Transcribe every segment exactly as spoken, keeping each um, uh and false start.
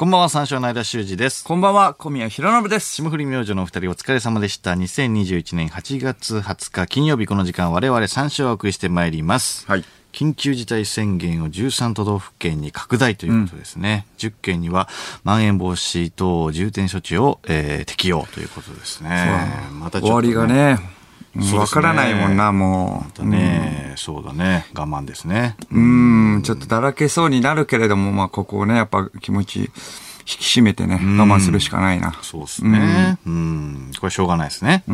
こんばんは、三照の間修二です。 こんばんは、小宮弘信です。 霜降り明星のお二人お疲れ様でした。にせんにじゅういちねんはちがつはつか金曜日、この時間我々三照をお送りしてまいります。 はい。 緊急事態宣言をじゅうさんとどうふけんに拡大ということですね。うん、じゅっけんにはまん延防止等重点措置を、えー、適用ということですね。 またちょっと、ね、終わりがね、わからないもんな、もう。 またね、うん、そうだね、我慢ですね。 うん、んちょっとだらけそうになるけれども、まあ、ここをね、やっぱ気持ち引き締めてね、我慢するしかないな。 そうですね。うん、うんこれしょうがないですね。 うん。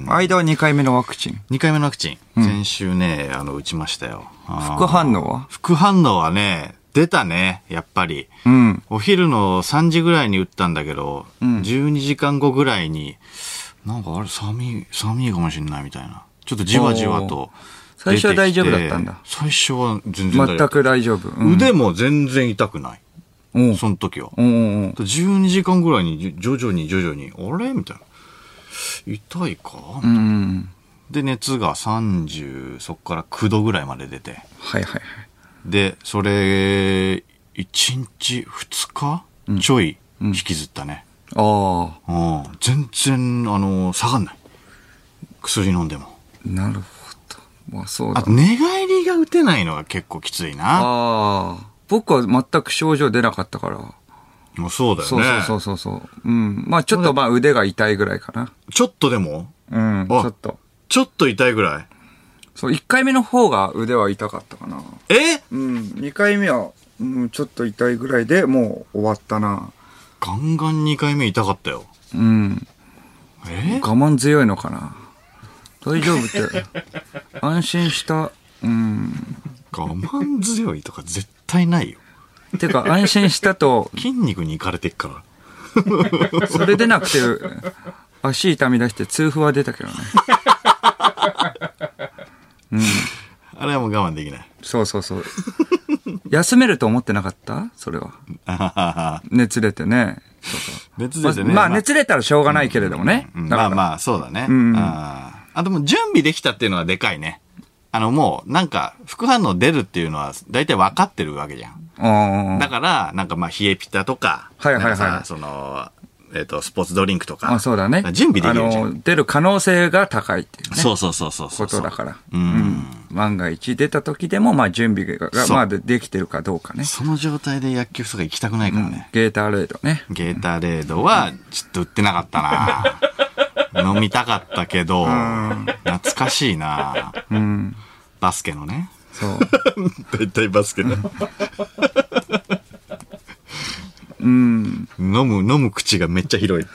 間はにかいめのワクチン。 にかいめのワクチン。うん、先週ね、あの、打ちましたよ。 副反応は副反応はね、出たね、やっぱり。 うん。 お昼のさんじぐらいに打ったんだけど、うん、じゅうにじかんごぐらいに、なんかあれ寒い、寒いかもしれないみたいな。ちょっとじわじわと。 最初は大丈夫だったんだ。 最初は全然大丈夫。 全く大丈夫。 うん、腕も全然痛くない。その時は。じゅうにじかんぐらいに徐々に徐々に、あれみたいな。痛いかみたいな、うん、で、熱がさんじゅう、そこからきゅうどぐらいまで出て。 はいはいはい。 で、それ、いちにち、ふつか、うん、ちょい引きずったね。 うん、ああ。全然、あの、下がんない。薬飲んでも。 なるほど。まあそうだ。 あと、寝返りが打てないのが結構きついな。 ああ。僕は全く症状出なかったから。 もうそうだよね。 そうそうそうそう。うん。まあちょっとまあ腕が痛いぐらいかな。 ちょっとでもうん。ちょっと。 ちょっと痛いぐらい。 そう、いっかいめの方が腕は痛かったかな。 えうん。にかいめは、うん、ちょっと痛いぐらいでもう終わったな。 ガンガンにかいめ痛かったよ。 うん。 え我慢強いのかな。大丈夫って。安心した。うん。 我慢強いとか絶対ないよ。 てか安心したと。 筋肉にいかれてっから。 それでなくて、足痛み出して痛風は出たけどね。 うん。あれはもう我慢できない。 そうそうそう。休めると思ってなかったそれは。熱出てね。 そうそう熱出てね。 まあ、まあ、熱出たらしょうがないけれどもね。 うんうん、まあまあ、そうだね。うん、ああ。でも準備できたっていうのはでかいね。あのもう、なんか、副反応出るっていうのは、大体分かってるわけじゃん。だから、なんかまあ、冷えピタとか、 はいはいはい。 その、えっと、スポーツドリンクとか。 あ、そうだね。 準備できるじゃん。 あの、出る可能性が高いっていうね。 そうそうそうそう。 ことだから。 うん。 万が一出た時でも、まあ、準備が、まあ、できてるかどうかね。 その状態で薬局とか行きたくないからね。 ゲーターレードね。 ゲーターレードは、ちょっと売ってなかったな飲みたかったけど、懐かしいなうん。バスケのね。 そう。 大体バスケね。 うん。 飲む、飲む口がめっちゃ広い。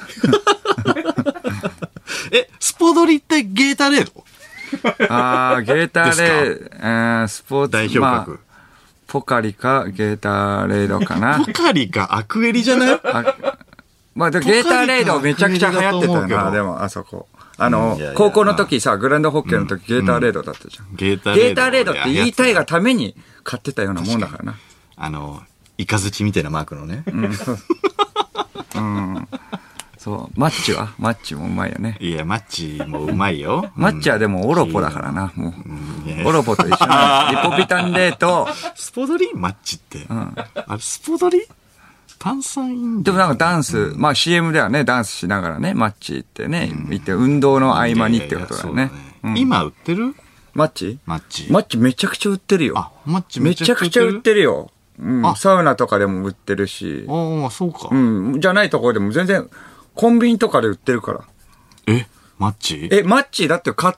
え、スポドリってゲータレードああ、ゲータレード、えー、スポーツ。 代表格、まあ。 ポカリかゲータレードかな。 ポカリかアクエリじゃないまあ、ゲータレードめちゃくちゃ流行ってたよな、でも、あそこ。あの、いやいや高校の時さ、グランドホッケーの時、うん、ゲーターレードだったじゃん。 うん、ゲーターレード。 ゲーターレードって言いたいがために買ってたようなもんだからな。 あの、イカズチみたいなマークのね。 うん。うん、そう。マッチはマッチもうまいよね。 いや、マッチもうまいよ。 マッチはでもオロポだからな、もう。うん、オロポと一緒な。リポビタンデーと。 スポドリマッチって。うん、あれ、スポドリ炭酸飲料でもなんかダンス、うん、まあ シーエム ではね、ダンスしながらね、マッチってね、うん、行って運動の合間にってことだよね。 今売ってるマッチマッチ。 マッチめちゃくちゃ売ってるよ。 あ、マッチめちゃくちゃ売ってるよ。うん、サウナとかでも売ってるし。 ああ、そうか。 うん。じゃないところでも全然、コンビニとかで売ってるから。 えマッチえ、マッチだって買って、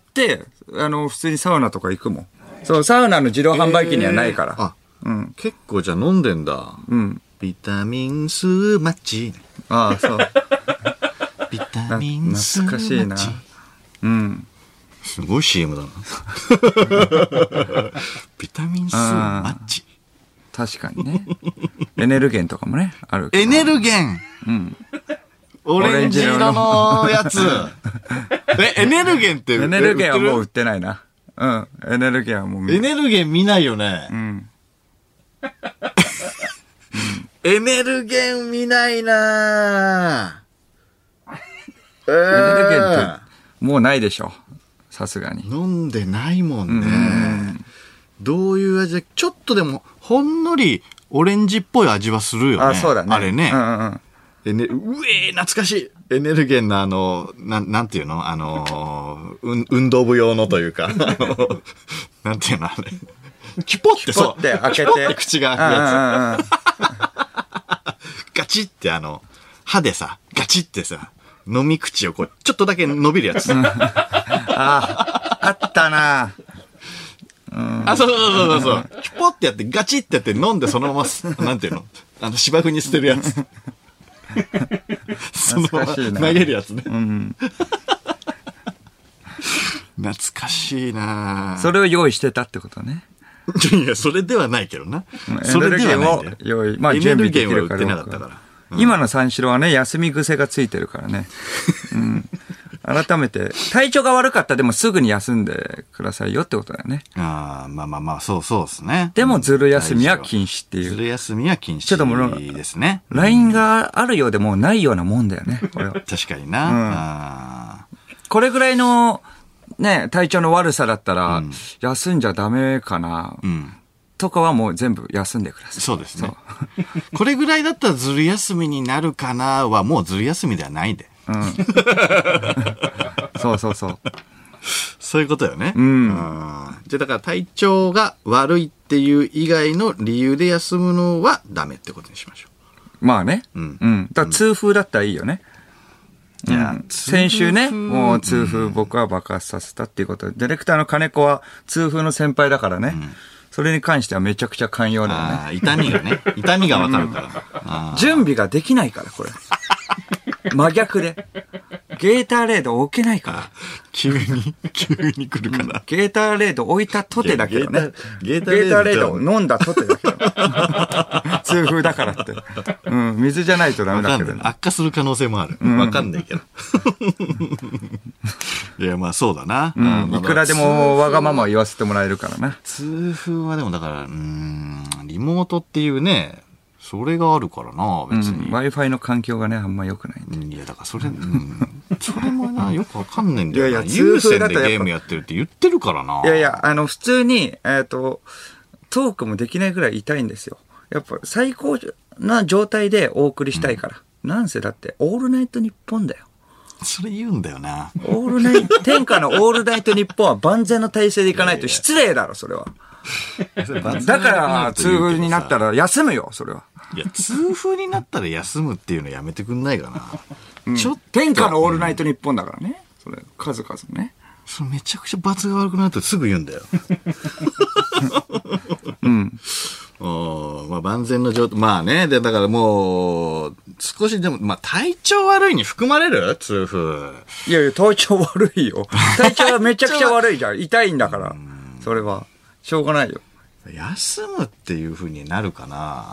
あの、普通にサウナとか行くもん。そう、サウナの自動販売機にはないから。 えー、あ、うん。結構じゃあ飲んでんだ。 うん。 ビタミンスマッチ。 ああ、そう。 ビタミンスマッチ。懐かしいな。 うん。 すごい シーエム だな。ビタミンスマッチ。 確かにね。エネルゲンとかもね、ある。 エネルゲンうん。 オレンジ色のやつ。え、エネルゲンって、 エネルゲンはもう売ってないな。うん。エネルゲンはもう見ない。エネルゲン見ないよね。 うん。 エネルゲン見ないなぁ。 エネルゲンってもうないでしょ。さすがに。 飲んでないもんね。うんどういう味で、ちょっとでもほんのりオレンジっぽい味はするよね。 あ、そうだね。 あれね。 うんうん。 えね、うえー、懐かしい。エネルゲンのあの、なん、なんていうのあの、うん、運動部用のというか、あの、なんていうのあれ。キュポってそう。 キュポって開けて。 キュポって口が開くやつ。ガチってあの、歯でさ、ガチってさ、飲み口をこう、ちょっとだけ伸びるやつ。ああ、あったなうん、あ、そうそうそうそう。キュポってやって、ガチってやって飲んでそのまま、なんていうのあの、芝生に捨てるやつ。そのまま投げるやつね。うん、懐かしいなそれを用意してたってことね。 いや、それではないけどな。それではないんだよ。 用意、まあ、準備できるから。うん、今の三四郎はね、休み癖がついてるからね。うん、改めて、体調が悪かったらでもすぐに休んでくださいよってことだよね。 ああ、まあまあまあ、そうそうですね。 でも、ずる休みは禁止っていう。 ずる休みは禁止。ちょっともう、ですね。 ライン があるようでもうないようなもんだよね、これは。 確かにな。うん、あこれぐらいの、ね、体調の悪さだったら、うん、休んじゃダメかな。うんとかはもう全部休んでください。 そうですね。これぐらいだったらずる休みになるかなはもうずる休みではないで。うん、 そうそうそう。 そういうことよね。うん。じゃあだから体調が悪いっていう以外の理由で休むのはダメってことにしましょう。まあね。うん。うん。だから痛風だったらいいよね。いや、うん、先週ね、もう痛風僕は爆発させたっていうことで、ディレクターの金子は痛風の先輩だからね。うんそれに関してはめちゃくちゃ寛容だよね。 あ痛みがね。痛みがわかるから、 うん。準備ができないから、これ。真逆で。ゲーターレード置けないから。 急に、急に来るから。 ゲーターレード置いたとてだけどね。ゲーターレードを飲んだとてだけど。痛風だからって。うん、水じゃないとダメだけど、ね。 悪化する可能性もある。わ、うん、かんないけど。いや、まあそうだな。 うん、いくらでもわがまま言わせてもらえるからな。 痛風はでもだから、うん、リモートっていうね、それがあるからな、別に。 うん、Wi-Fi の環境がね、あんま良くないんで。いや、だからそれ、うん、それもな、よくわかんないんだよな。いやいや、有線でゲームやってるって言ってるからな。 いやいや、あの、普通に、えっと、トークもできないぐらい痛いんですよ。やっぱ最高な状態でお送りしたいから。うん、なんせだって、オールナイトニッポンだよ。 それ言うんだよな。 オールナイト、天下のオールナイトニッポンは万全の体制でいかないと失礼だろ、それは。だから、痛風になったら休むよ、それは。 いや、痛風になったら休むっていうのやめてくんないかな。 うん、ちょっと。天下のオールナイトニッポンだからね。それ、数々ね。 それめちゃくちゃ罰が悪くなるとすぐ言うんだよ。うん。おまあ万全の状態。まあね。で、だからもう、少しでも、まあ体調悪いに含まれる痛風。 いやいや、体調悪いよ。体調はめちゃくちゃ悪いじゃん。痛いんだから。それは。しょうがないよ。 休むっていう風になるかな。 うん。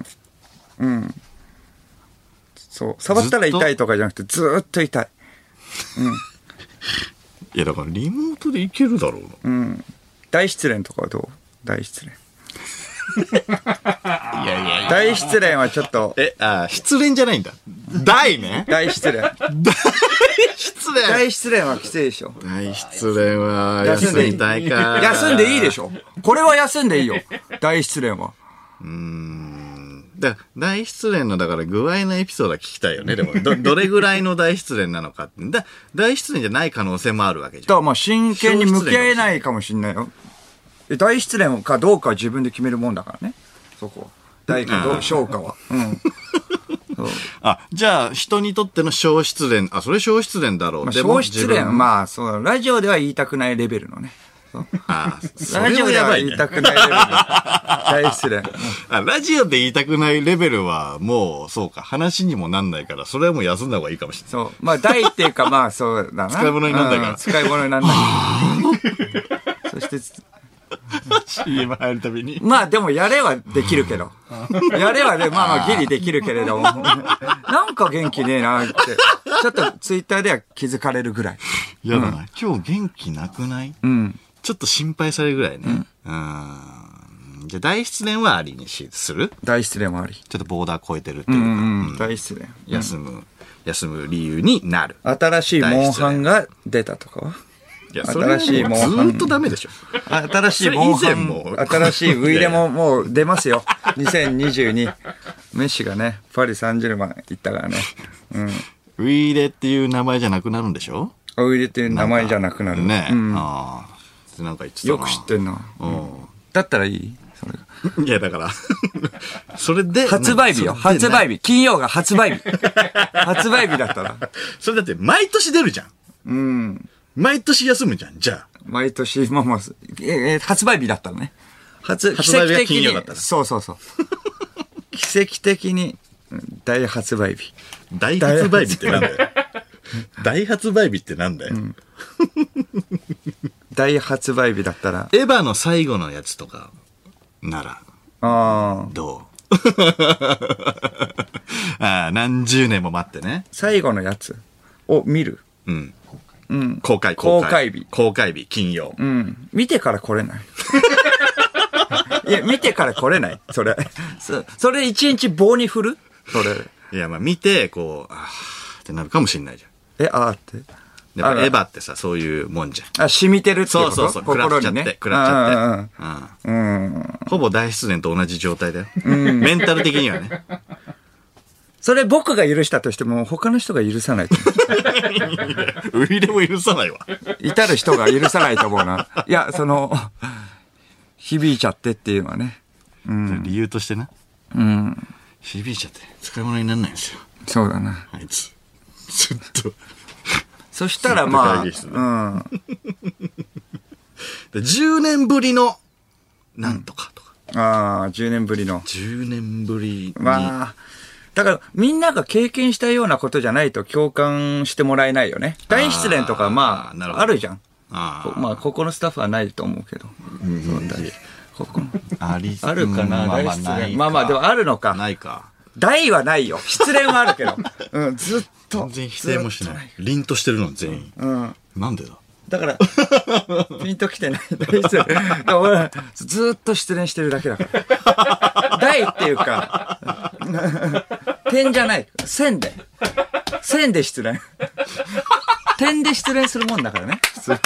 うん。そう。触ったら痛いとかじゃなくて、ずーっと痛い。うん。 いや、だからリモートでいけるだろうな。 うん。大失恋とかはどう？大失恋。いやいやいや。大失恋はちょっと。 え、あ、失恋じゃないんだ。大ね。 大失恋。大失恋。 大失恋はきついでしょ。 大失恋は休みたいか。 休んでいいでしょ。これは休んでいいよ。大失恋は。 うーん。だ大失恋のだから具合のエピソードは聞きたいよね。でもどどれぐらいの大失恋なのかって。だ大失恋じゃない可能性もあるわけじゃん。 だからまあ真剣に向き合えないかもしれないよ。大失恋かどうかは自分で決めるもんだからね。そこは。大かどう、小かは。うん。 あ、じゃあ、人にとっての小失恋。あ、それ小失恋だろう。 まあ、小失恋、まあ、そう、ラジオでは言いたくないレベルのね。 ああ、 ラジオでは言いたくないレベル。大失恋。 あ、ラジオで言いたくないレベルは、もう、そうか、話にもなんないから、それはもう休んだ方がいいかもしれない。 そう。まあ、大っていうか、まあ、そうだな。 使い物になんないから。うん、 使い物になんない。そして、 シーエム 入るたびに。 まあでもやれはできるけど。やれはね、まあまあギリできるけれども。なんか元気ねえなって。ちょっとツイッターでは気づかれるぐらい。 やだな、うん。今日元気なくない？うん。ちょっと心配されるぐらいね。うん。うんじゃあ大失恋はありにする？ 大失恋はあり。 ちょっとボーダー超えてるっていうか。うんうんうん、大失恋。 休む、休む理由になる。 新しいモンハンが出たとかはいや、新しいモンハン。ずーっとダメでしょ。 新しいモンハンも。新しいウイレももう出ますよ。にせんにじゅうに。メッシがね、パリ・サンジェルマン行ったからね。うん。 ウイレっていう名前じゃなくなるんでしょ？ ウイレっていう名前じゃなくなる。 ね。うん、ああ。なんか言ってたな。 よく知ってんな。うん。だったらいい？それが。いや、だから。それで。 発売日よ。発売日。金曜が発売日。発売日だったら。 それだって毎年出るじゃん。 うん。 毎年休むじゃん、じゃあ。 毎年、まあまあ、えー、発売日だったらね。初、 発売日が金曜だったら。 そうそうそう。奇跡的に、大発売日。 大発売日ってなんだよ。大発売日ってなんだよ。うん、 大発売日だったら。 エヴァの最後のやつとか、なら。 ああ。 どうああ、何十年も待ってね。 最後のやつを見る。 うん。 うん。 公開、 公開日。 公開日、金曜。 うん。見てから来れない。いや、見てから来れない。それ。そ, それ一日棒に振るそれ。 いや、まあ見て、こう、あーってなるかもしれないじゃん。 え、あーって。 やっぱエヴァってさ、そういうもんじゃん。あ、染みてるってこと？ そうそうそう。心にね。食らっちゃって。 うん。うん。 ほぼ大失恋と同じ状態だよ。うん。メンタル的にはね。 それ僕が許したとしても、他の人が許さないと思う。ウイレも許さないわ。 至る人が許さないと思うな。いや、その、響いちゃってっていうのはね。 うん、理由としてな。 うん。 響いちゃって使い物にならないんですよ。 そうだな。 あいつ。ずっと。 そしたらまあ、うん。 じゅうねんぶりの、なんとかとか。 うん、ああ、じゅうねんぶりの。 じゅうねんぶりに。 まあ。だから、みんなが経験したようなことじゃないと共感してもらえないよね。大失恋とか、まあ、あ, あるじゃん。あまあ、ここのスタッフはないと思うけど。うん、そうだここありあるかな、大失恋。まあまあ、でもあるのか。 ないか。 大はないよ。失恋はあるけど。うん、ずっと。 全然否定もしない。凛としてるの、全員。 うん。 なんでだだから、ピンと来てない。大失恋。俺、ずっと失恋してるだけだから。大っていうか、点じゃない。線で。線で失恋。点で失恋するもんだからね。普通。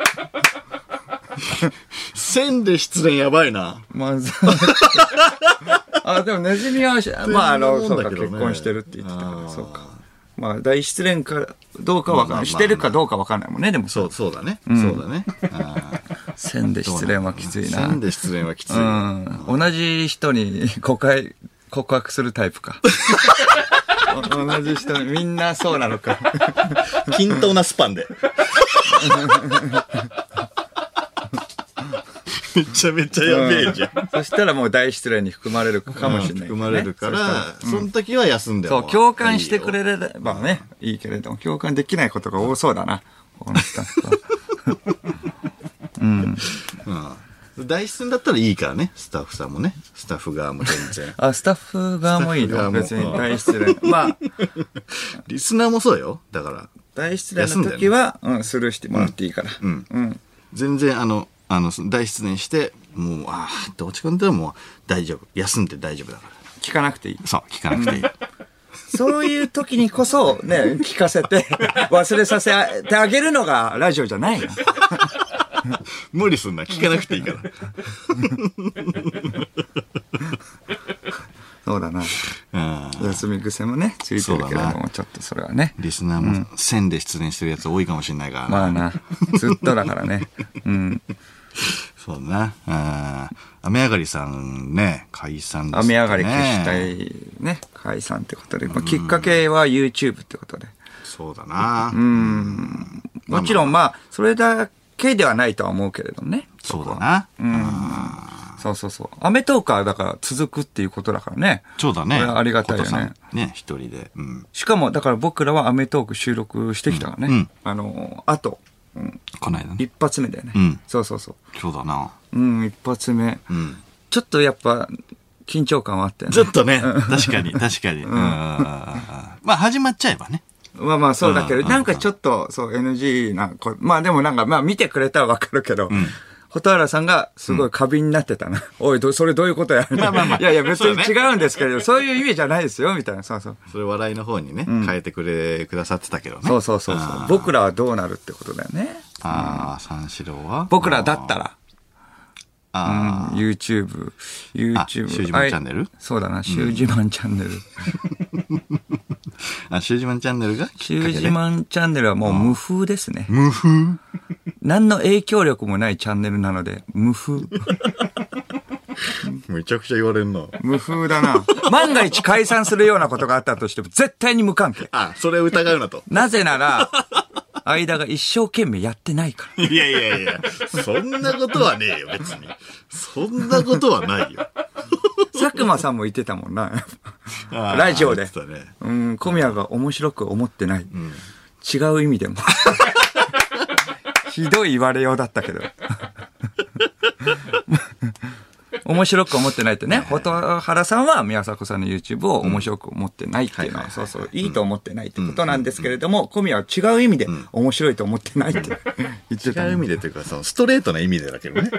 線で失恋やばいな。 まず。あ、でもネズミは、まあ、あの、そうか、結婚してるって言ってたから、そうか。まあ、大失恋かどうかわかんない。してるかどうかわかんないもんね、でも。 そう、そうだね。そうだね。 線で失恋はきついな。 線で失恋はきつい。 うん。同じ人に告白、告白するタイプか。同じ人に、みんなそうなのか。 均等なスパンで。めちゃめちゃやべえじゃん。 うん、そしたらもう大失恋に含まれるかもしれない、ね、 含まれるから、そ, その時は休んでも、 うん、そう、共感してくれればね、いいけれども、共感できないことが多そうだな、このスタッフは。うん。 うん。大失恋だったらいいからね、スタッフさんもね。スタッフ側も全然。 あ、スタッフ側もいいの別に大失恋。まあ。 リスナーもそうよ。だから。 大失恋の時は、うん、スルーしてもらっていいから。 うん。うん。全然、あの、あの、大失恋して、もう、ああ、って落ち込んでも大丈夫。休んで大丈夫だから。 聞かなくていい。 そう、聞かなくていい。 そういう時にこそ、ね、聞かせて、忘れさせてあげるのがラジオじゃないの。 無理すんな、聞かなくていいから。 そうだな。休み癖もね、ついてるけれども、ちょっとそれはね。 リスナーも線で失恋してるやつ多いかもしれないからな。 まあな。ずっとだからね。うん。 そうだな。雨上がりさんね、解散ですね。 雨上がり消したいね、解散ってことで。きっかけは YouTube ってことで。 そうだな。 うん。もちろんまあ、それだけではないとは思うけれどね。 そうだな。 うん。そうそうそう。アメトークはだから続くっていうことだからね。 そうだね。 これはありがたいよね。 ね、一人で。うん。 しかも、だから僕らはアメトーク収録してきたからね。うん。あの、あと。 うん。こないだね。 一発目だよね。 うん。 そうそうそう。 そうだな。 うん、一発目。うん。ちょっとやっぱ、緊張感はあったよね。 ちょっとね。確かに、確かに。うん。まあ、始まっちゃえばね。 まあまあそうだけど、なんかちょっと、そう、エヌジー な、まあでもなんか、まあ見てくれたらわかるけど、蛍原さんがすごい過敏になってたな。おい、それどういうことやまあまあまあ。いやいや、別に違うんですけど、そういう意味じゃないですよ、みたいな。そうそう。 それ笑いの方にね、変えてくれ、くださってたけどね。 そうそうそうそう。僕らはどうなるってことだよね。 ああ、三四郎は僕らだったら。 ああ、 うん、YouTube、YouTube。 シュージマンチャンネル？ そうだな、シュージマンチャンネル。 あ、シュージマンチャンネルがシュージマンチャンネルはもう無風ですね。 無風？ 何の影響力もないチャンネルなので、無風。 めちゃくちゃ言われんな。 無風だな。万が一解散するようなことがあったとしても、絶対に無関係。 あ、それを疑うなと。 なぜなら、間が一生懸命やってないから。 いやいやいや、そんなことはねえよ、別に。そんなことはないよ。 佐久間さんも言ってたもんな。ラジオで。 ね、 うん、小宮が面白く思ってない。うん、違う意味でも。ひどい言われようだったけど。面白く思ってないってね。蛍原さんは宮迫さんの YouTube を面白く思ってないっていうのは、そうそう、いいと思ってないってことなんですけれども、小宮は違う意味で面白いと思ってないって言ってた。 違う意味でというか、そのストレートな意味でだけどね。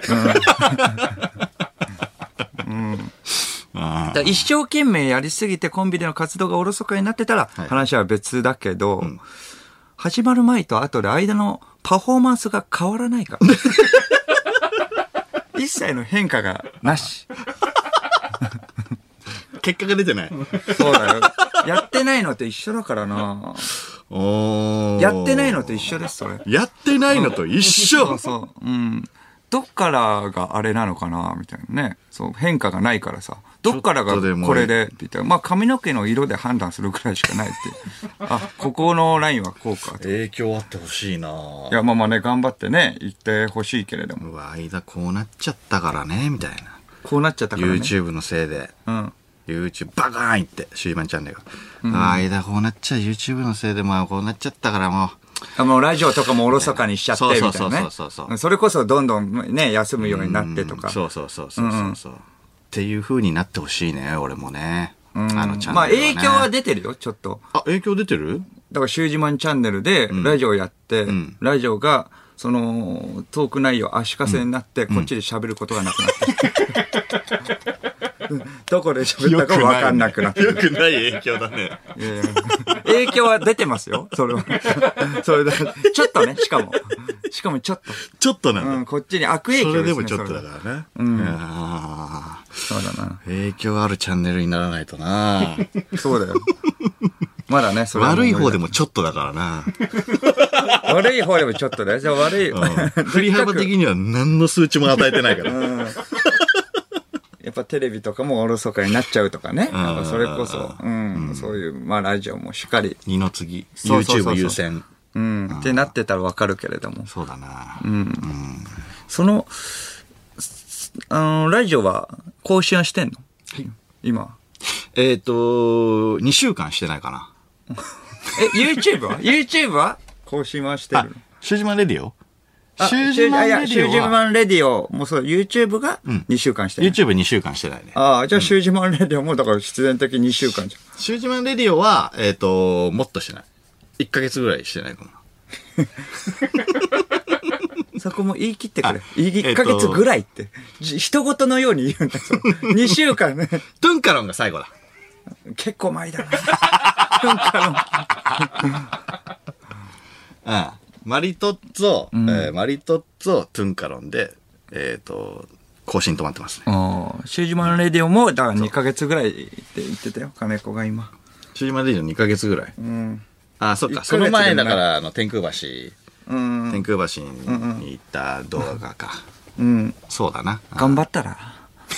うん。だ一生懸命やりすぎてコンビでの活動がおろそかになってたら話は別だけど、はいうん、始まる前と後で間のパフォーマンスが変わらないから。一切の変化がなし。 結果が出てない。 そうだよ。やってないのと一緒だからな。おやってないのと一緒です、それ。 やってないのと一緒。 そうそう。うん。どっからがあれなのかなみたいなね。そう、変化がないからさ。どっからがこれでって言ったら、まあ髪の毛の色で判断するくらいしかないって。あ、ここのラインはこうか。 影響あってほしいないや、まあまあね、頑張ってね、言ってほしいけれども。 うわ、間こうなっちゃったからね、みたいな。 こうなっちゃったからね。 YouTube のせいで。うん。YouTube バカーンいって、シューマンチャンネルが。うん、間こうなっちゃう YouTube のせいで、まあこうなっちゃったからもう。 あもうラジオとかもおろそかにしちゃってみたいなね。そうそうそうそう。それこそどんどんね、休むようになってとか。 そうそうそうそうそうそう。っていう風になってほしいね、俺もね。 あのチャンネル、ね。まあ影響は出てるよ、ちょっと。 あ、影響出てる？ だからシュージマンチャンネルでラジオやって、うん、ラジオが、その、トーク内容足かせになって、うん、こっちで喋ることがなくなって。うん、どこで喋ったか分かんなくなって。 よくない影響だね。 いやいや影響は出てますよ、それは。それだ。ちょっとね、しかも。しかもちょっと。 ちょっとなんだ。 うん、こっちに悪影響ですね。 それでもちょっとだからね。うん。いやそうだな。 影響あるチャンネルにならないとな。 そうだよ。まだね、 それは。悪い方でもちょっとだからな。 悪い方でもちょっとだよ。じゃあ悪い。 振り幅的には何の数値も与えてないから。うんやっぱテレビとかもおろそかになっちゃうとかね。なんかそれこそ、うん、うん、そういう、まあラジオもしっかり。 二の次、YouTube 優先。 うん、ってなってたらわかるけれども。 そうだな。 うん。うん、その、あの、ラジオは更新はしてんの？はい、今。 えっと、にしゅうかんしてないかな。 え、YouTube は ?YouTube は更新はしてるの？ シュージマンレディオ？ シュージマンレディオ。シュージマンレディオもそう、YouTube がにしゅうかんしてない。 うん、YouTubeにしゅうかんしてないね。 ああ、じゃあシュージマンレディオもだから必然的ににしゅうかんじゃん。 シュージマンレディオは、えっと、もっとしてない。いっかげつぐらいしてないかな。 そこも言い切ってくれ。いっかげつぐらいって。人事のように言うんだよ。にしゅうかんね。 トゥンカロンが最後だ。 結構前だな。トゥンカロン。 ああ。マリトッツォ、うんえー、マリトッツォ、トゥンカロンで、えっ、ー、と、更新止まってますね。 シュージマンレディオも、だからにかげつぐらいって言ってたよ、金子が今。 シュージマンレディオにかげつぐらい。うん、あ、そっか、その前だから、あの、天空橋、うん、天空橋に行った動画か。うん。そうだな。 頑張ったら。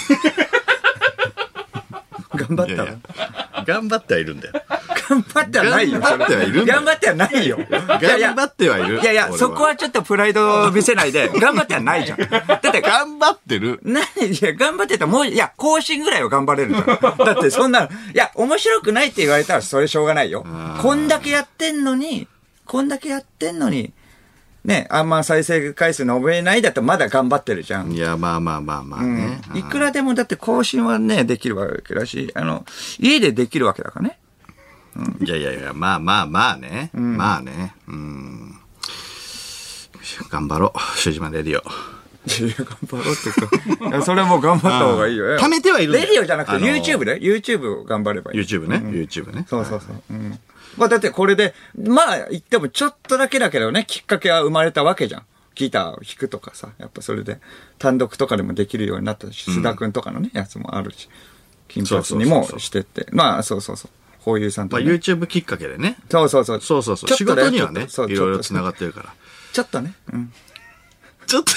頑張ったら。いやいや頑張ってはいるんだよ。 頑張ってはないよ。 頑張ってはいるんだよ。 頑張ってはないよ。 頑張ってはいる。 いやいや、そこはちょっとプライドを見せないで、頑張ってはないじゃん。だって頑張ってる。 何いや、頑張ってたらもう、いや、更新ぐらいは頑張れるじゃん。だってそんな、いや、面白くないって言われたらそれしょうがないよ。こんだけやってんのに、こんだけやってんのに、ね、あんま再生回数伸びないだとまだ頑張ってるじゃん。 いや、まあまあまあまあね。 うん、いくらでもだって更新はね、できるわけだし、あの、家でできるわけだからね。 うん、いやいやいや、まあまあまあね。うん、まあね。うん。頑張ろう、シュージマンレディオ。 いや、頑張ろうっていうか。いや、それはもう頑張った方がいいよ。 貯めてはいるんだよ。 レディオじゃなくて YouTube で ?YouTube を頑張ればいい。 YouTube ね。YouTube ね。 そうそうそう。うん。まあだってこれで、まあ言ってもちょっとだけだけどね、きっかけは生まれたわけじゃん。ギターを弾くとかさ、やっぱそれで単独とかでもできるようになったし、須田くんとかのね、やつもあるし、金髪にもしてって。まあそうそうそう。こういうさんとね。まあ YouTube きっかけでね。 そうそうそう。 そうそうそう。仕事にはね、いろいろ繋がってるから。 ちょっとね。うん。 ちょっと。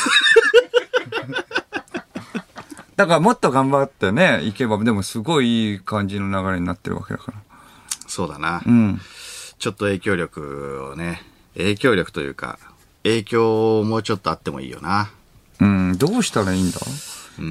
だからもっと頑張ってね、いけば、でもすごいいい感じの流れになってるわけだから。 そうだな。 うん。 ちょっと影響力をね、影響力というか、影響をもうちょっとあってもいいよな。 うん、どうしたらいいんだ？ うん。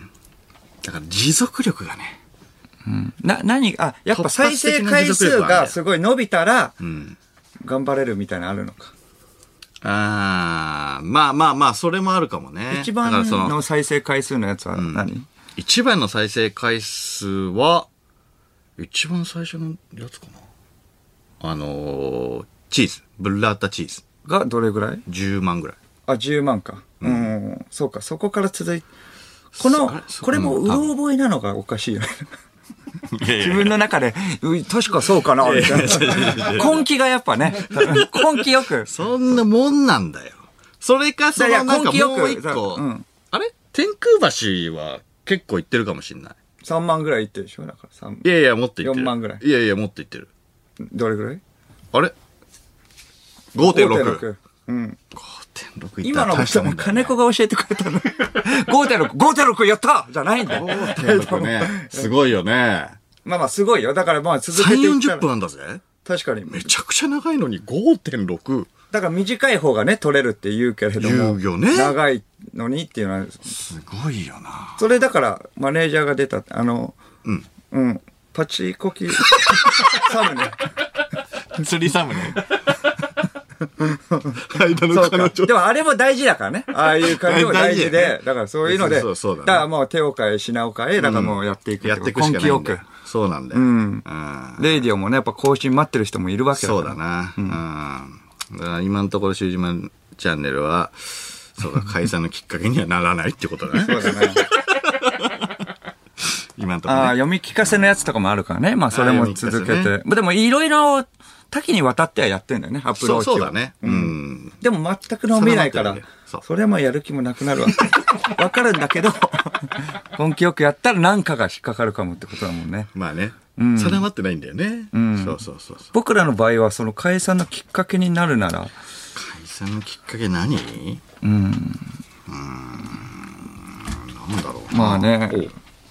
だから持続力がね。 うん。な、何、あ、やっぱ再生回数がすごい伸びたら、うん、頑張れるみたいなのあるのか。 ああ、まあまあまあ、それもあるかもね。 一番の再生回数のやつは何？うん、 一番の再生回数は、一番最初のやつかな。あのー、チーズ。ブッラータチーズ。 がどれぐらい ? じゅう 万ぐらい。 あ、じゅうまんか。うん。うん、そうか、そこから続いて。この、これもうろ覚えなのがおかしいよね。自分の中で、確かそうかな、みたいな。根気がやっぱね、根気よく。 そんなもんなんだよ。それか、そのなんかもう一個。うん、あれ天空橋は結構いってるかもしんない。 さんまんぐらいいってるでしょだからさん。 いやいや、もっといってる。 よんまんぐらい。 いやいや、もっといってる。 どれぐらいあれ ごてんろく。 うん。 ごてんろく いったら大したもんだよ、ね。今の金子が教えてくれたの。ごてんろく、ごてんろく やったじゃないんだよ。 ごてんろく ね。すごいよね。 まあまあすごいよ。だからまあ続けていったら。 さんじゅうよんじゅっぷんなんだぜ。 確かに。 めちゃくちゃ長いのに ごてんろく。 だから短い方がね、取れるって言うけれども。 言うよね。 長いのにっていうのは。 すごいよな。 それだからマネージャーが出た、あの、うん。うん。パチコキサムネ。 釣りサムネ。間の彼女。 でもあれも大事だからね。ああいう感じも大事で。だからそういうので。 そうそうだ、ね。 だからもう手を変え品を変え、だからもうやっていく。 やっていくしかない。根気よく。そうなんだよ。うん。 レイディオもね、やっぱ更新待ってる人もいるわけだから。 そうだな。うん。だから今のところ、シュージマンチャンネルは、そうだ、解散のきっかけにはならないってことだね。 そうだね。 今のところ、ね。 ああ、読み聞かせのやつとかもあるからね。まあそれも続けて。ね、でもいろいろ多岐にわたってはやってんだよね、アプローチは。 そうだね。うん。 でも全く伸びないから、そ, それはもうやる気もなくなるわけ。わかるんだけど、根気よくやったら何かが引っかかるかもってことだもんね。 まあね。うん、定まってないんだよね。うん。そうそうそうそう。 僕らの場合はその解散のきっかけになるなら。 解散のきっかけ何？うん。うん。なんだろう。 まあね。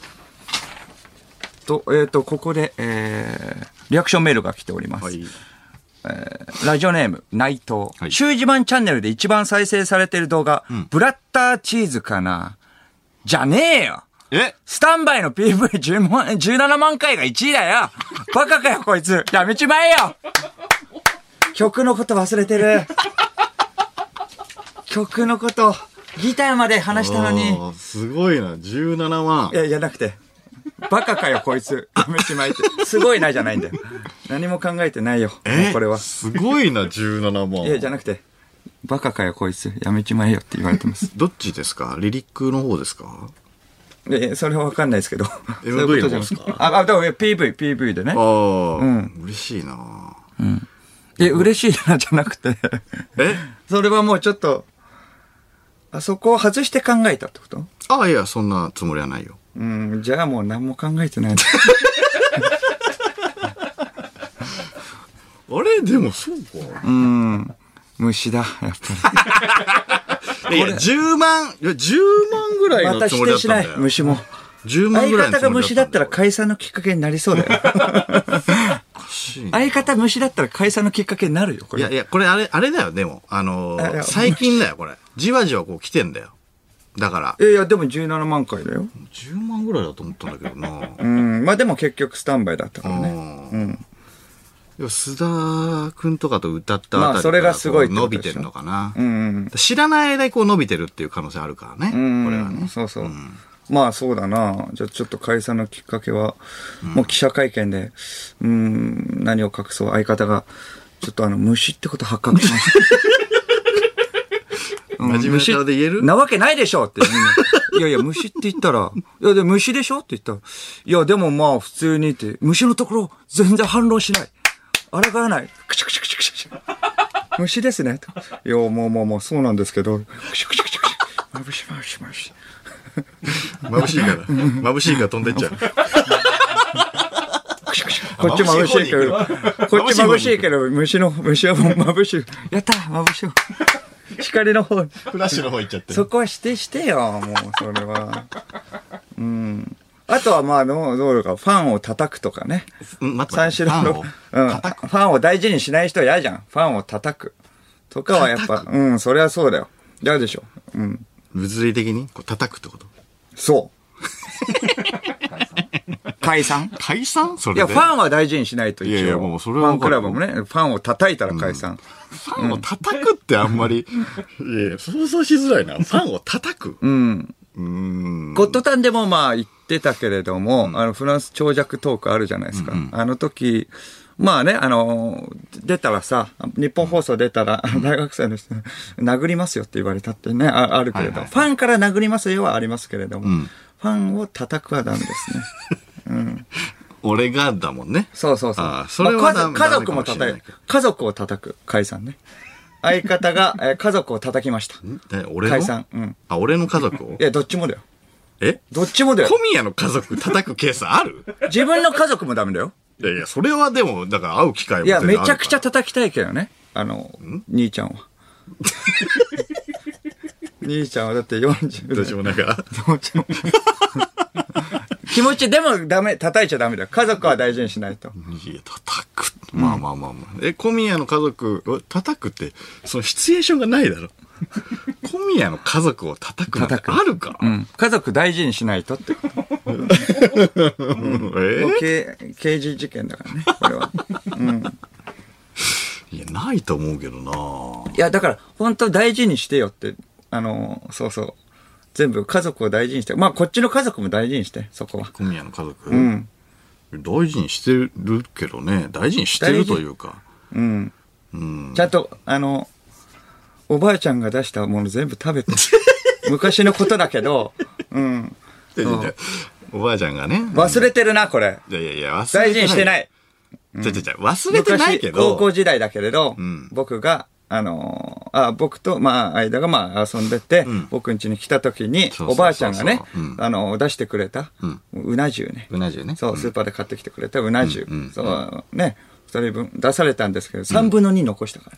と、えっ、ー、と、ここで、えー、リアクションメールが来ております。はい。えー、ラジオネーム、内藤。はい。シュージマンチャンネルで一番再生されてる動画、うん、ブラッターチーズかな？じゃねえよ！ え？ スタンバイの ピーブイじゅうななまんかいがいちいだよ！バカかよ、こいつ！やめちまえよ！曲のこと忘れてる。曲のこと、ギターまで話したのに。 すごいな、じゅうななまん。 いや、じゃなくて。バカかよ、こいつ。やめちまえって。すごいな、じゃないんだよ。何も考えてないよ。 えこれは。 すごいな、じゅうななまん。 いや、じゃなくて。バカかよ、こいつ。やめちまえよって言われてます。 どっちですか？リリックの方ですか？ え、それはわかんないですけど。 エムブイ の方ですか？ あ、あ、でも ピーブイ、ピーブイ でね。 ああ。うん。嬉しいな。 うん。え、嬉しいな、じゃなくて。 えそれはもうちょっと、あそこを外して考えたってこと？ ああ、いや、そんなつもりはないよ。 うん、じゃあもう何も考えてない。 あれでもそうか。 うん。虫だ、やっぱり。いや、じゅうまん、いや、じゅうまんぐらいのつもりだったんだよ。 また否定しない、虫も。 じゅうまんぐらいのつもりだったんだよ。 相方が虫だったら解散のきっかけになりそうだよ。相方虫だったら解散のきっかけになるよ、これ。 いやいや、これあれ、あれだよ、でも。あのー、最近だよ、これ。じわじわこう来てんだよ。だから。 いやいや、でもじゅうななまんかいだよ。 じゅうまんぐらいだと思ったんだけどな。 うん。まあでも結局スタンバイだったからね。うん。 須田くんとかと歌ったあたりまあそれがすごい伸びてるのかな。 うん。 知らない間にこう伸びてるっていう可能性あるからね。うん。これはね。 そうそう。うん、まあそうだな。じゃあちょっと解散のきっかけは、うん、もう記者会見で、うん、何を隠そう相方が、ちょっとあの、虫ってこと発覚しました。 うん、 真面目な顔で言えるなわけないでしょって。いやいや、虫って言ったら、いや、で虫でしょって言ったら、いや、でもまあ普通にって、虫のところ全然反論しない。抗わない。クシュクシュクシュクシュ。虫ですね。いや、もうもうもうそうなんですけど、クシュクシュクシュクシュ。まぶしまぶしまぶし。 眩しいから。眩しいから飛んでっちゃう。 こっち眩しいけど、こっち眩しいけど、虫の、虫はもう眩しい。やった眩しい。光の方。 フラッシュの方行っちゃって。 そこは指定してよ、もう、それは。うん。あとはまあ、どうどうか、ファンを叩くとかね。三四郎の、うん。ファンを大事にしない人は嫌じゃん。ファンを叩く。とかはやっぱ、うん、それはそうだよ。嫌でしょ。うん。 物理的にこう叩くってこと？ そう。解散解散それで。 いや、ファンは大事にしないと一応。いやいや、もうそれは。ファンクラブもね、ファンを叩いたら解散。 うん、ファンを叩くってあんまり、いや想像しづらいな。ファンを叩くうん。うん。ゴッドタンでもまあ言ってたけれども、うん、あの、フランス長尺トークあるじゃないですか。うんうん、あの時、まあね、あの、出たらさ、日本放送出たら、うん、大学生の人、殴りますよって言われたってね、あ, あるけれど、はいはいはい、ファンから殴りますよはありますけれども、うん、ファンを叩くはダメですね。うん、 俺がだもんね。 そうそうそう。 ああそれはダメ、 まあ、家族も叩く。家族を叩く。解散ね。相方が、えー、家族を叩きました。 俺の解散。うん。 あ、俺の家族をいや、どっちもだよ。 えどっちもだよ。 小宮の家族叩くケースある？ 自分の家族もダメだよ。 いやいや、それはでも、だから会う機会もいや、めちゃくちゃ叩きたいけどね。あの、兄ちゃんは。兄ちゃんはだってよんじゅう。 どっちもなんか。 どっちも。気持ち、でもダメ、叩いちゃダメだよ。家族は大事にしないと。 いや、叩く。まあまあまあまあ。え、小宮の家族を叩くって、そのシチュエーションがないだろ。小宮の家族を叩くなんてあるか、 うん、家族大事にしないとってこと。うん、えー、刑事事件だからね、これは。うん、 いや、ないと思うけどな。 いや、だから、本当大事にしてよって、あの、そうそう。全部家族を大事にして。まあ、こっちの家族も大事にして、そこは。 小宮の家族、 うん、 大事にしてるけどね、大事にしてるというか。 うん。うん、ちゃんと、あの、おばあちゃんが出したもの全部食べて。昔のことだけど、うん。 おばあちゃんがね。 忘れてるな、これ。 いやいやいや、忘れてない。大事にしてない。 ちゃちゃちゃ、忘れてないけど。 高校時代だけれど、うん、僕が、あのー、あ、僕と、まあ、間がまあ遊んでて、うん、僕ん家に来た時に、おばあちゃんがね、うん、あのー、出してくれた、うん、うな重ね。 うな重ね。 そう、スーパーで買ってきてくれたうな重。うん、そう、ね、二人分出されたんですけど、三分の二残したから。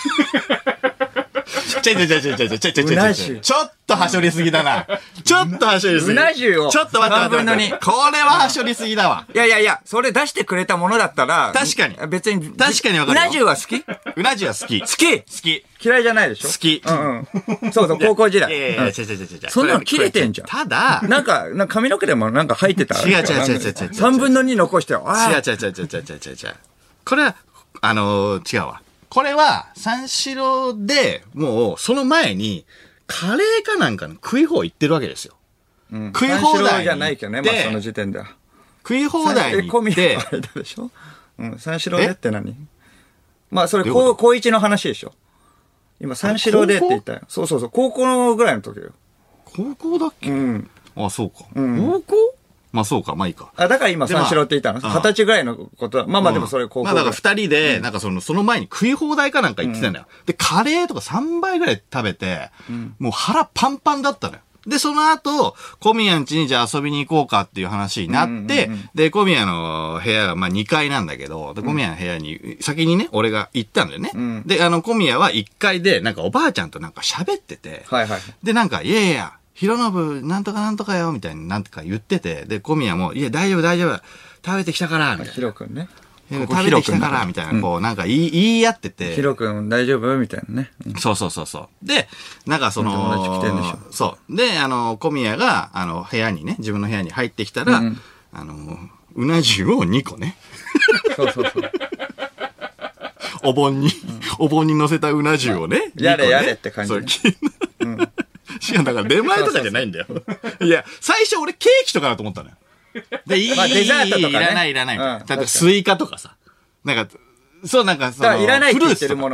ちょいちょいちょいちょいちょいちょいちょいちょいちょいちょっとはしょりすぎだな。ちょっとはしょりすぎ。 うな重を。 ちょっと待って待って待って。これははしょりすぎだわ。 いやいやいや、それ出してくれたものだったら。 確かに。 別に。 確かにわかる。 うな重は好き？ うな重は好き。 好き好き。 嫌いじゃないでしょ？ 好き。 うんうん。そうそう、高校時代。 いやいやいや、違う違う違う違う。 そんなの切れてんじゃん。 ただ、 なんか、なんか髪の毛でもなんか入ってた。 違う違う違う違う違う。 三分の二残してよ。 違う違う違う違う違う違う違う。これは、あのー、違うわ。これは、三四郎で、もう、その前に、カレーかなんかの食い放行ってるわけですよ。うん、食い放題じゃないけどね、まあその時点では。 食い放題に行って。 あれだでしょうん、三四郎でって何まあそれ、高、高一の話でしょ今、三四郎でって言ったよ。そうそうそう、高校のぐらいの時よ。 高校だっけうん。あ、そうか。 うん、 高校まあそうか、まあいいか。 あ、だから今三四郎って言ったの二十歳ぐらいのことは、まあまあでもそれ高校。 まあだから二人で、なんかその、その前に食い放題かなんか言ってたんだよ。で、カレーとかさんばいぐらい食べて、もう腹パンパンだったのよ。で、その後、小宮ん家にじゃあ遊びに行こうかっていう話になって、で、小宮の部屋がまあにかいなんだけど、で、小宮の部屋に、先にね、俺が行ったんだよね。で、あの、小宮はいっかいで、なんかおばあちゃんとなんか喋ってて、 はいはい。 で、なんか、いやいや、ひろのぶ、なんとかなんとかよ、みたいになんとか言ってて、で、小宮も、いや、大丈夫、大丈夫、食べてきたから、みたいな。 ひろくんね。 食べてきたから、みたいな、こう、なんか言い、言い合ってて。 ひろくん大丈夫みたいなね。 そうそうそうそう。で、なんかその、 友達来てんでしょ。 そう。で、あの、小宮が、あの、部屋にね、自分の部屋に入ってきたら、あの、うな重をにこね。 そうそうそう。 お盆に、お盆に乗せたうな重をね。 やれやれって感じ。 そう、うん。違う、だから出前とかじゃないんだよ。いや、最初俺ケーキとかだと思ったのよ。で、いい、 まあ、デザートとか、ね、 いらないいらない。うん、だってスイカとかさ。なんか、そうなんかその、 いらないって言ってるものの。 そう。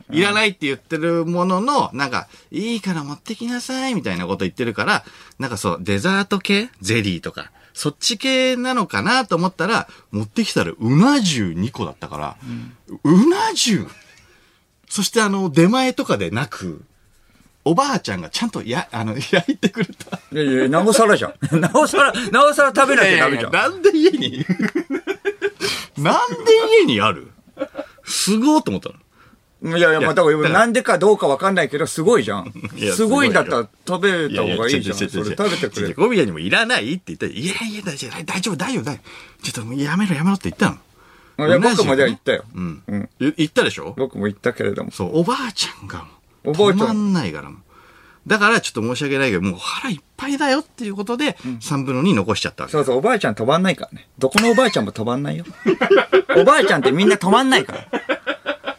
いらないって言ってるものの、なんか、いいから持ってきなさいみたいなこと言ってるから、なんかそう、デザート系ゼリーとか、そっち系なのかなと思ったら、持ってきたらうな重にこだったから、うん、うな重そしてあの、出前とかでなく、おばあちゃんがちゃんとや、あの、焼いてくれた。 いやいや、なおさらじゃん。なおさら、なおさら食べなきゃダメじゃん。 いやいやなんで家になんで家にあるすごーと思ったの。 いやいや、まあ、だから、なんでかどうかわかんないけど、すごいじゃん。すごいんだったら食べた方がいいじゃん。それ食べてくれ。 ゴミ屋にもいらないって言ったら、いやいや、大丈夫、大丈夫、大丈夫、大丈夫。ちょっとやめろ、やめろって言ったの。 いや、僕もじゃあ言ったよ。 うん。うん。言ったでしょ僕も言ったけれども。 そう、おばあちゃんが、止まんないからも。だからちょっと申し訳ないけど、もう腹いっぱいだよっていうことで、さんぶんのに残しちゃったわけ。 そうそう、おばあちゃん止まんないからね。どこのおばあちゃんも止まんないよ。おばあちゃんってみんな止まんないから。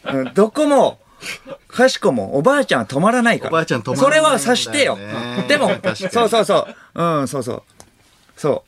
うん、どこも、かしこも、おばあちゃんは止まらないから。 おばあちゃん止まらない。 それは察してよ。でも、そうそうそう。うん、そうそう。そう。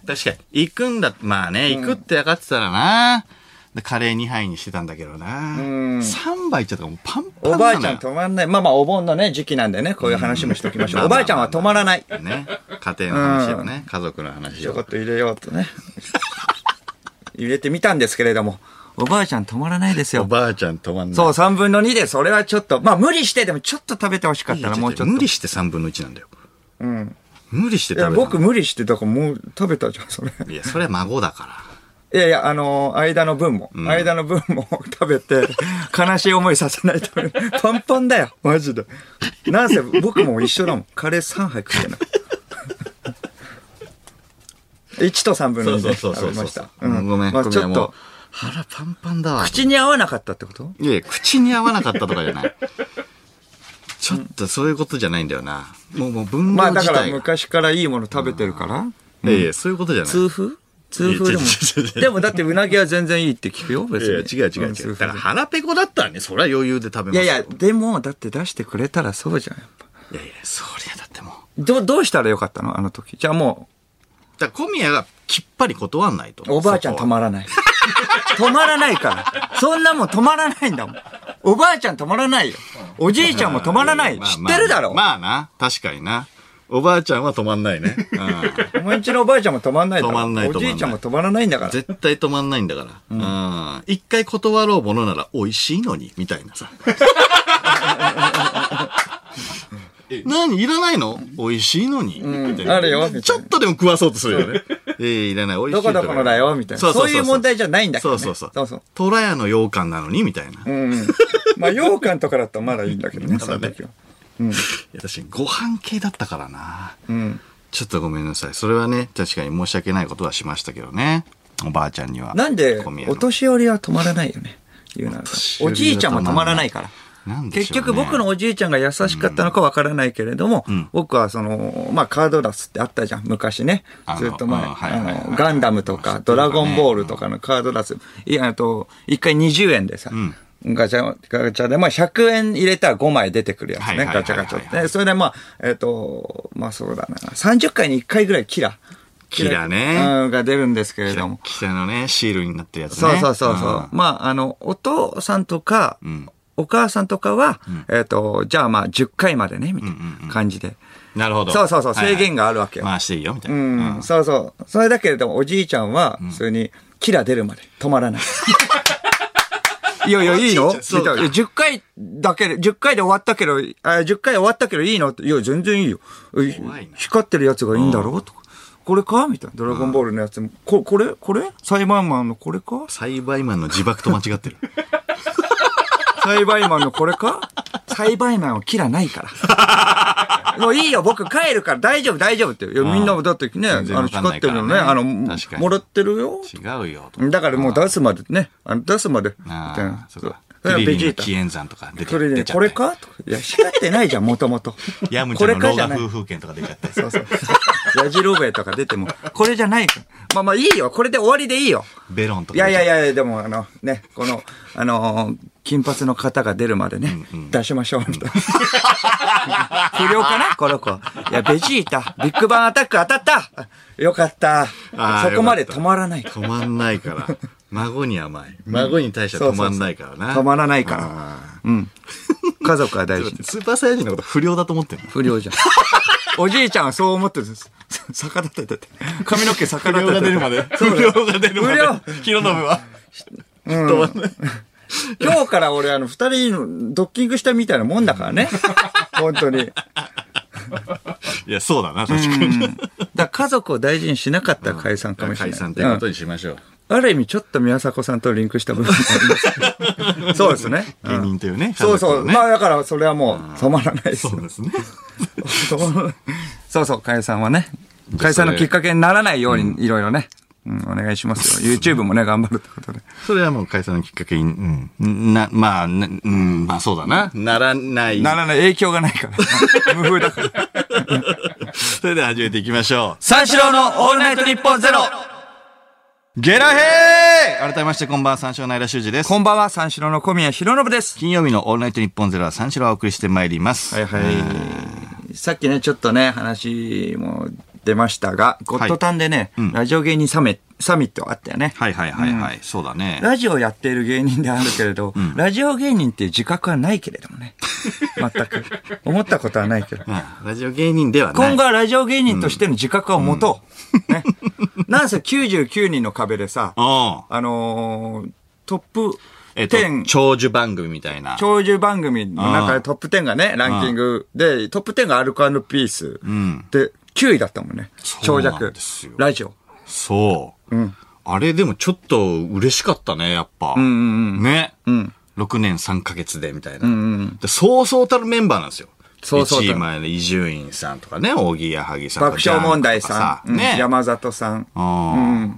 確かに。行くんだ、まあね、行くって分かってたらな。でカレーにはいにしてたんだけどな。うん。さんばいいっちゃったからもうパンパンおばあちゃん止まんない。まあまあお盆のね、時期なんでね、こういう話もしておきましょう。おばあちゃんは止まらない。 ね。家庭の話をね、家族の話を。 ちょこっと入れようとね。入れてみたんですけれども、おばあちゃん止まらないですよ。 おばあちゃん止まんない。 そう、さんぶんのにで、それはちょっと、まあ無理してでもちょっと食べてほしかったらもうちょっと。 無理してさんぶんのいちなんだよ。 うん。 無理して食べた。 僕無理して、だからもう食べたじゃん、それ。 いや、それは孫だから。 いやいや、あのー、間の分も、うん、間の分も食べて、悲しい思いさせないために、パンパンだよ、マジで。なんせ僕も一緒だもん。カレーさんはい食ってない。いちとさんぶんのにで食べました。 うん、ごめん、まあ、ちょっと。腹パンパンだわ。 口に合わなかったってこと？ いやいや、口に合わなかったとかじゃない。ちょっとそういうことじゃないんだよな。もう、もう分量自体が。まあだから昔からいいもの食べてるから。 いやいや、そういうことじゃない。 痛風痛風でも。でもだってうなぎは全然いいって聞くよ、別に。 いや違う違う違う。だから腹ペコだったらね、それは余裕で食べますよ。 いやいや、でも、だって出してくれたらそうじゃん、やっぱ。 いやいや、そりゃだってもう。ど、どうしたらよかったのあの時。じゃあもう。だから小宮がきっぱり断んないと。 おばあちゃん止まらない。止まらないから。そんなもん止まらないんだもん。おばあちゃん止まらないよ。おじいちゃんも止まらない。知ってるだろ。 まあな、確かにな。おばあちゃんは止まんないね。 うん。お前んちのおばあちゃんも止まんないだろ。 止まんない、止まんない。 おじいちゃんも止まらないんだから。 絶対止まんないんだから。うん。一回断ろうものなら美味しいのに、みたいなさ。何いらないの美味しいのに、 うん、あるよ。 ちょっとでも食わそうとするよね。ええ、いらない。美味しい。 どこどこのだよ、みたいな。そうそうそう。そういう問題じゃないんだけど、ね。 そうそうそう。そうそう。虎屋の羊羹なのに、みたいな。 うん。まあ、羊羹とかだったらまだいいんだけどね、その時は。 うん。いや、確かにご飯系だったからな。うん。ちょっとごめんなさい。それはね、確かに申し訳ないことはしましたけどね。おばあちゃんには。 なんで、お年寄りは止まらないよね。言うなら。おじいちゃんも止まらないから。ね、結局僕のおじいちゃんが優しかったのかわからないけれども、うん、僕はその、まあカードダスってあったじゃん、昔ね。ずっと前。あの、ガンダムとか、ドラゴンボールとかのカードダス。いや、あと、一回にじゅうえんでさ、うんガチャ、ガチャで、まあ、ひゃくえん入れたらごまい出てくるやつね。ガチャガチャって。それで、まあ、えっと、まあ、そうだな。さんじゅっかいにいっかいぐらいキラ。 キラね。 うん、が出るんですけれども。 キラのね、シールになってるやつね。 そうそうそうそう。まあ、あの、お父さんとか、うん、お母さんとかは、うん、えっと、じゃあまあ、じゅっかいまでね、みたいな感じで。 なるほど。 そうそうそう、制限があるわけよ。 回していいよ、みたいな。 うん、そうそう。それだけれども、おじいちゃんは、普通に、キラ出るまで止まらない。いやいや、いいのみたいな。じゅっかいだけで、じゅっかいで終わったけど、あじゅっかい終わったけどいいのって、いや、全然いいよ。光ってるやつがいいんだろうとか。これかみたいな。ドラゴンボールのやつも。こ、これこれサイバーマンのこれかサイバーマンの自爆と間違ってる。 サイバーマンのこれかサイバーマンはキラないから。もういいよ、僕帰るから大丈夫、大丈夫って。いや、みんなだってね、あの、光ってるのね、あの、もらってるよ。 違うよ。 だからもう出すまでね、あの出すまで。みたいな。 そうか。クリリンの紀元山とか出て出ちゃって。 これかいや、光ってないじゃん、もともと。 ヤムチャの老眼夫婦権とか出ちゃって。 そうそう。ヤジロベとか出ても、これじゃないから。まあまあいいよ、これで終わりでいいよ。 ベロンとか。 いやいやいや、でもあの、ね、この、あの、金髪の方が出るまでね、うんうん、出しましょう、みたいな。不良かなこの子。いや、ベジータ、ビッグバンアタック当たったよかった。そこまで止まらない。 止まんないから。孫に甘い。孫に対しては止まんないからな。 止まらないから。 うん。家族は大事。 スーパーサイヤ人のこと不良だと思ってるの？ 不良じゃん。おじいちゃんはそう思ってるんです。逆立てて。髪の毛逆立てて。 不良が出るまで。不良が出るまで。不良弘信は。 うん。今日から俺あの二人のドッキングしたみたいなもんだからね。本当に。 いや、そうだな、確かに。 だから家族を大事にしなかったら解散かもしれない。 解散ということにしましょう。 ある意味ちょっと宮迫さんとリンクした部分もあります。そうですね。 芸人というね。 そうそう。まあだからそれはもう止まらないです。 そうですね。 そうそう、解散はね。解散のきっかけにならないようにいろいろね。うん、お願いしますよ。YouTube もね、頑張るってことで。 それはもう解散のきっかけに、うん。な、まあ、なうん、まあそうだな。ならない。 ならない。影響がないから。無風だから。 それでは始めていきましょう。 三四郎のオールナイトニッポンゼロ。 ゲラヘー改めましてこんばんは、三四郎の間修二です。 こんばんは、三四郎の小宮浩信です。 金曜日のオールナイトニッポンゼロは三四郎をお送りしてまいります。 はいはい。さっきね、ちょっとね、話も出ましたが、ゴッドタンでね、はい、ラジオ芸人サミサミットあったよね。 はいはいはいはい、うん。そうだね。 ラジオやっている芸人であるけれど、うん、ラジオ芸人っていう自覚はないけれどもね。全く。思ったことはないけど。 うん、ラジオ芸人ではない。 今後はラジオ芸人としての自覚を持とう。うん、ね。なんせきゅうじゅうきゅうにんの壁でさ、あのー、トップ、 えっと、長寿番組みたいな。 長寿番組の中でトップじゅうがね、ランキングで、トップじゅうがアルコ&ピース。うん、で、きゅういだったもんね。長尺。ラジオ。 そう。うん。あれでもちょっと嬉しかったね、やっぱ。うんうんうん。ね。うん。ろくねんさんかげつで、みたいな。うんうん。で、そうそうたるメンバーなんですよ。そうそう。いちい前の伊集院さんとかね、扇矢作さんとか。 爆笑問題さん。ね。山里さん。うん。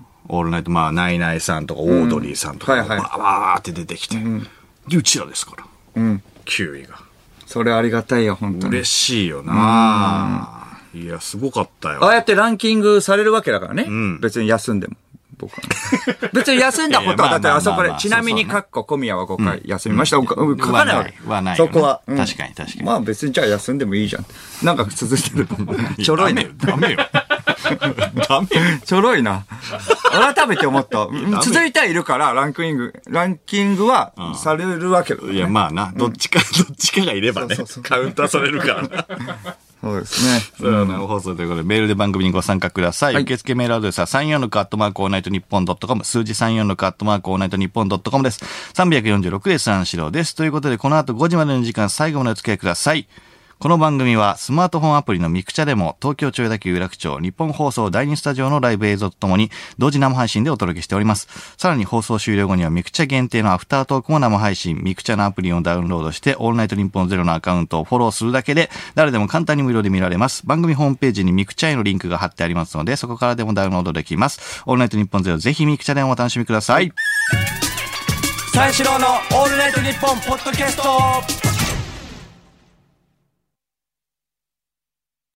オールナイト、まあ、ナイナイさんとか、オードリーさんとか、わーわーって出てきて。で、うちらですから。うん。きゅういが。 それありがたいよ、本当に。 嬉しいよな。いや、すごかったよ。 ああやってランキングされるわけだからね。うん、別に休んでも。僕は。別に休んだことは、だってあそこで、ちなみに、かっこ小宮はごかい休みました。書かないわけ。 はない。 そこは。 確かに確かに。 まあ別にじゃあ休んでもいいじゃん。なんか続いてる。ちょろいね。 ダメよ。ダメよ。 ちょろいな。改めて思った。続いてはいるから、ランクイング、ランキングはされるわけだ。 いや、まあな。どっちか、どっちかがいればね。カウンターされるからな。 そうですね。 それは生放送ということで、メールで番組にご参加ください。はい、受付メールアドレスはさんよんろくアットマークオールナイトニッポンドットコム、数字さんよんろくアットマークオールナイトニッポンドットコムです。さんびゃくよんじゅうろくで三四郎です。ということで、この後ごじまでの時間、最後までお付き合いください。この番組はスマートフォンアプリのミクチャでも東京千代田区有楽町日本放送第二スタジオのライブ映像とともに同時生配信でお届けしております。さらに放送終了後にはミクチャ限定のアフタートークも生配信、ミクチャのアプリをダウンロードしてオールナイトニッポンゼロのアカウントをフォローするだけで誰でも簡単に無料で見られます。番組ホームページにミクチャへのリンクが貼ってありますのでそこからでもダウンロードできます。オールナイトニッポンゼロぜひミクチャでもお楽しみください。 三四郎のオールナイトニッポンポッドキャスト。